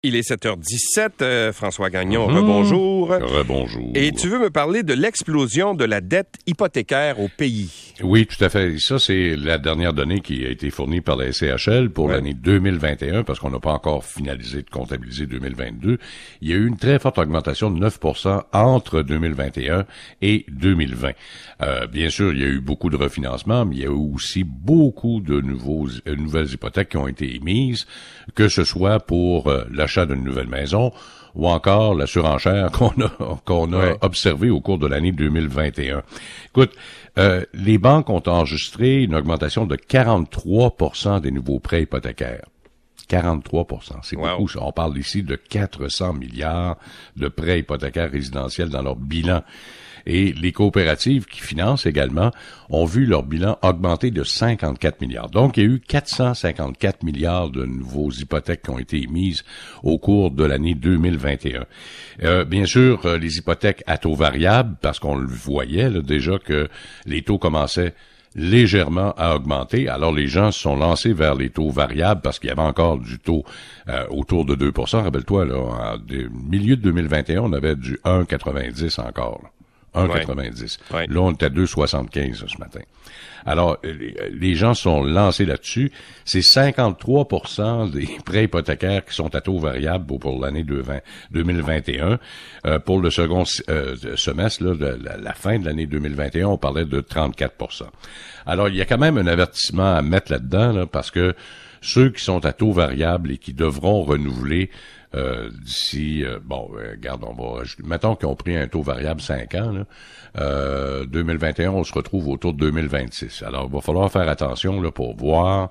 Il est 7h17, François Gagnon, rebonjour. Rebonjour. Et tu veux me parler de l'explosion de la dette hypothécaire au pays. Oui, tout à fait. Ça, c'est la dernière donnée qui a été fournie par la SCHL pour l'année 2021, parce qu'on n'a pas encore finalisé de comptabiliser 2022. Il y a eu une très forte augmentation de 9% entre 2021 et 2020. Bien sûr, il y a eu beaucoup de refinancements, mais il y a eu aussi beaucoup de nouvelles hypothèques qui ont été émises, que ce soit pour l'achat d'une nouvelle maison ou encore la surenchère qu'on a observée au cours de l'année 2021. Écoute, les banques ont enregistré une augmentation de 43% des nouveaux prêts hypothécaires. 43%, c'est beaucoup. On parle ici de 400 milliards de prêts hypothécaires résidentiels dans leur bilan. Et les coopératives qui financent également ont vu leur bilan augmenter de 54 milliards. Donc, il y a eu 454 milliards de nouveaux hypothèques qui ont été émises au cours de l'année 2021. Bien sûr, les hypothèques à taux variable, parce qu'on le voyait là, déjà que les taux commençaient légèrement à augmenter. Alors, les gens se sont lancés vers les taux variables parce qu'il y avait encore du taux autour de 2%. Rappelle-toi, là, milieu de 2021, on avait du 1,90 encore, là. 1,90. Ouais. Là, on est à 2,75 ce matin. Alors, les gens sont lancés là-dessus. C'est 53% des prêts hypothécaires qui sont à taux variable pour l'année 2021. Pour le second semestre, là, de la fin de l'année 2021, on parlait de 34%. Alors, il y a quand même un avertissement à mettre là-dedans, là, parce que ceux qui sont à taux variable et qui devront renouveler d'ici, regarde, on va rajouter, mettons qu'ils ont pris un taux variable 5 ans, là, 2021, on se retrouve autour de 2026. Alors, il va falloir faire attention, là, pour voir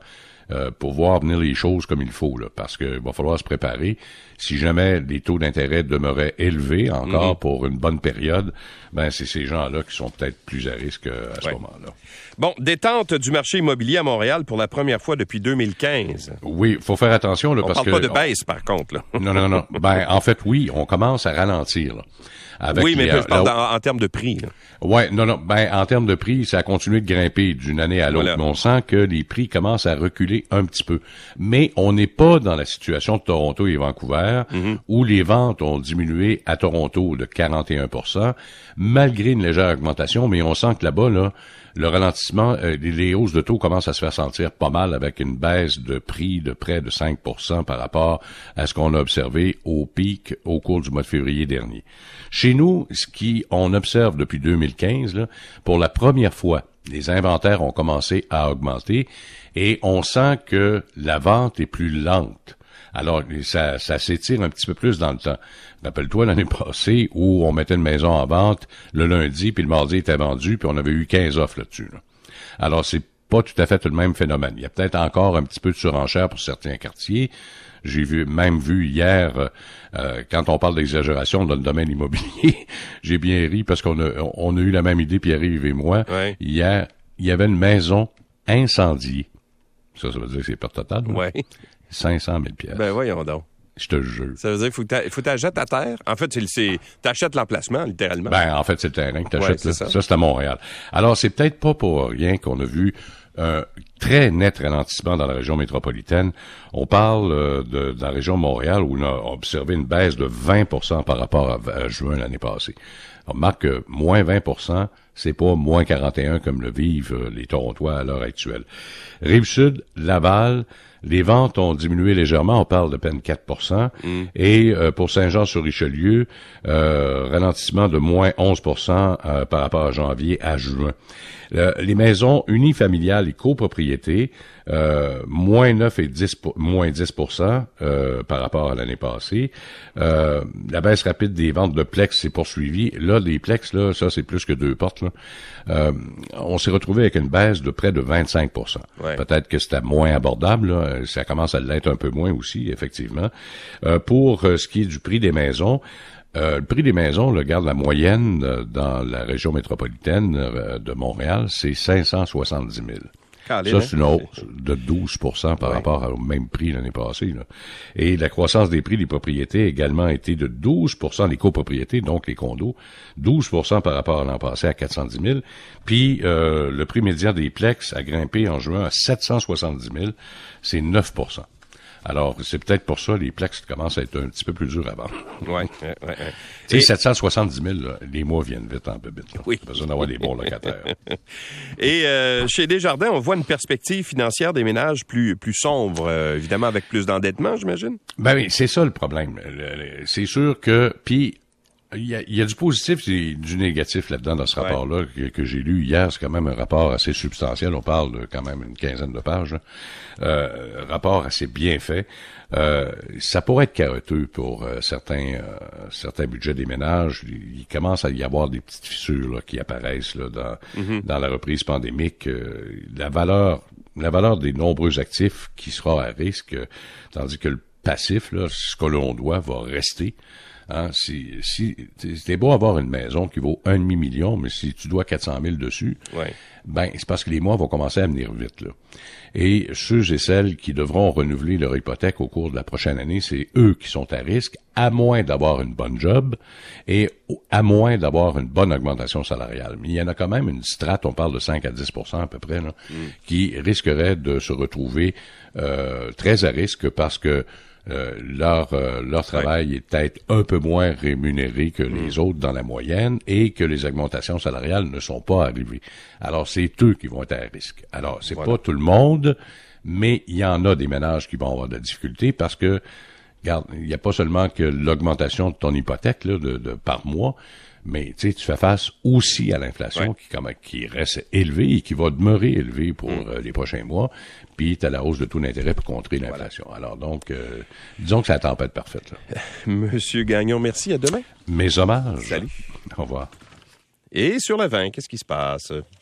venir les choses comme il faut, là, parce que va falloir se préparer. Si jamais les taux d'intérêt demeuraient élevés encore pour une bonne période, ben c'est ces gens-là qui sont peut-être plus à risque à ce moment-là. Bon, détente du marché immobilier à Montréal pour la première fois depuis 2015. Oui, faut faire attention là, parce que on parle pas de baisse par contre là. Non. Ben en fait oui, on commence à ralentir là. Oui, mais je parle en termes de prix. Là. Ouais, non. Ben, en termes de prix, ça a continué de grimper d'une année à l'autre. Voilà. Mais on sent que les prix commencent à reculer un petit peu. Mais on n'est pas dans la situation de Toronto et Vancouver, où les ventes ont diminué à Toronto de 41%, malgré une légère augmentation, mais on sent que là-bas, là, le ralentissement, les hausses de taux commencent à se faire sentir pas mal avec une baisse de prix de près de 5% par rapport à ce qu'on a observé au pic au cours du mois de février dernier. Chez nous, on observe depuis 2015, là, pour la première fois, les inventaires ont commencé à augmenter et on sent que la vente est plus lente. Alors, ça s'étire un petit peu plus dans le temps. Rappelle-toi l'année passée où on mettait une maison en vente le lundi, puis le mardi était vendu, puis on avait eu 15 offres là-dessus. Là. Alors, c'est pas tout à fait le même phénomène. Il y a peut-être encore un petit peu de surenchère pour certains quartiers. J'ai même vu hier, quand on parle d'exagération dans le domaine immobilier, j'ai bien ri parce qu'on a eu la même idée, Pierre-Yves et moi. Ouais. Hier, il y avait une maison incendiée. Ça veut dire que c'est perte totale. Ouais. 500 000 pièces. Ben voyons donc. Je te jure. Ça veut dire qu'il faut t'achètes à terre. En fait, t'achètes l'emplacement, littéralement. Ben, en fait, c'est le terrain que t'achètes. Ouais, ça, c'est à Montréal. Alors, c'est peut-être pas pour rien qu'on a vu un très net ralentissement dans la région métropolitaine. On parle dans la région de Montréal où on a observé une baisse de 20% par rapport à juin l'année passée. On remarque que moins 20%, c'est pas moins 41 comme le vivent les Torontois à l'heure actuelle. Rive-Sud, Laval, les ventes ont diminué légèrement, on parle de peine 4%. Et pour Saint-Jean-sur-Richelieu, ralentissement de moins 11% par rapport à janvier à juin. Les maisons unifamiliales et copropriétés, moins 9 et moins 10% par rapport à l'année passée. La baisse rapide des ventes de Plex s'est poursuivie. Là, les Plex, là, ça c'est plus que 2 portes. Là. On s'est retrouvé avec une baisse de près de 25%. Ouais. Peut-être que c'était moins abordable. Là. Ça commence à l'être un peu moins aussi, effectivement. Pour ce qui est du prix des maisons, le prix des maisons, regarde la moyenne dans la région métropolitaine de Montréal, c'est 570 000. Ça, c'est une hausse de 12% par rapport au même prix l'année passée. Là. Et la croissance des prix des propriétés a également été de 12%, les copropriétés, donc les condos, 12% par rapport à l'an passé à 410 000. Puis le prix médian des Plex a grimpé en juin à 770 000, c'est 9%. Alors, c'est peut-être pour ça les plaques commencent à être un petit peu plus dures à vendre. Ouais. Tu sais, 770 000, là, les mois viennent vite en bébite. Oui. Pas besoin d'avoir des bons locataires. Et chez Desjardins, on voit une perspective financière des ménages plus sombre, évidemment avec plus d'endettement, j'imagine? Ben oui, c'est ça le problème. C'est sûr que... Puis, il y a du positif et du négatif là-dedans dans ce rapport-là que j'ai lu hier. C'est quand même un rapport assez substantiel. On parle de quand même une quinzaine de pages. Rapport assez bien fait. Ça pourrait être carotteux pour certains budgets des ménages. Il commence à y avoir des petites fissures là, qui apparaissent là, dans la reprise pandémique. La valeur des nombreux actifs qui sera à risque, tandis que le passif, là, ce que l'on doit, va rester. Hein, si c'est beau avoir une maison qui vaut 1,5 million, mais si tu dois 400 000 dessus, ben c'est parce que les mois vont commencer à venir vite là. Et ceux et celles qui devront renouveler leur hypothèque au cours de la prochaine année, c'est eux qui sont à risque, à moins d'avoir une bonne job et à moins d'avoir une bonne augmentation salariale. Mais il y en a quand même une strate, on parle de 5 à 10% à peu près, là, qui risquerait de se retrouver très à risque parce que leur travail est peut-être un peu moins rémunéré que les autres dans la moyenne et que les augmentations salariales ne sont pas arrivées. Alors, c'est eux qui vont être à risque. Alors, c'est pas tout le monde, mais il y en a des ménages qui vont avoir de la difficulté parce que, regarde, il n'y a pas seulement que l'augmentation de ton hypothèque là, de par mois, mais tu sais, tu fais face aussi à l'inflation qui reste élevée et qui va demeurer élevée pour les prochains mois. Puis tu as la hausse de taux d'intérêt pour contrer l'inflation. Voilà. Alors donc, disons que c'est la tempête parfaite. Là. Monsieur Gagnon, merci. À demain. Mes hommages. Salut. Au revoir. Et sur le vin, qu'est-ce qui se passe?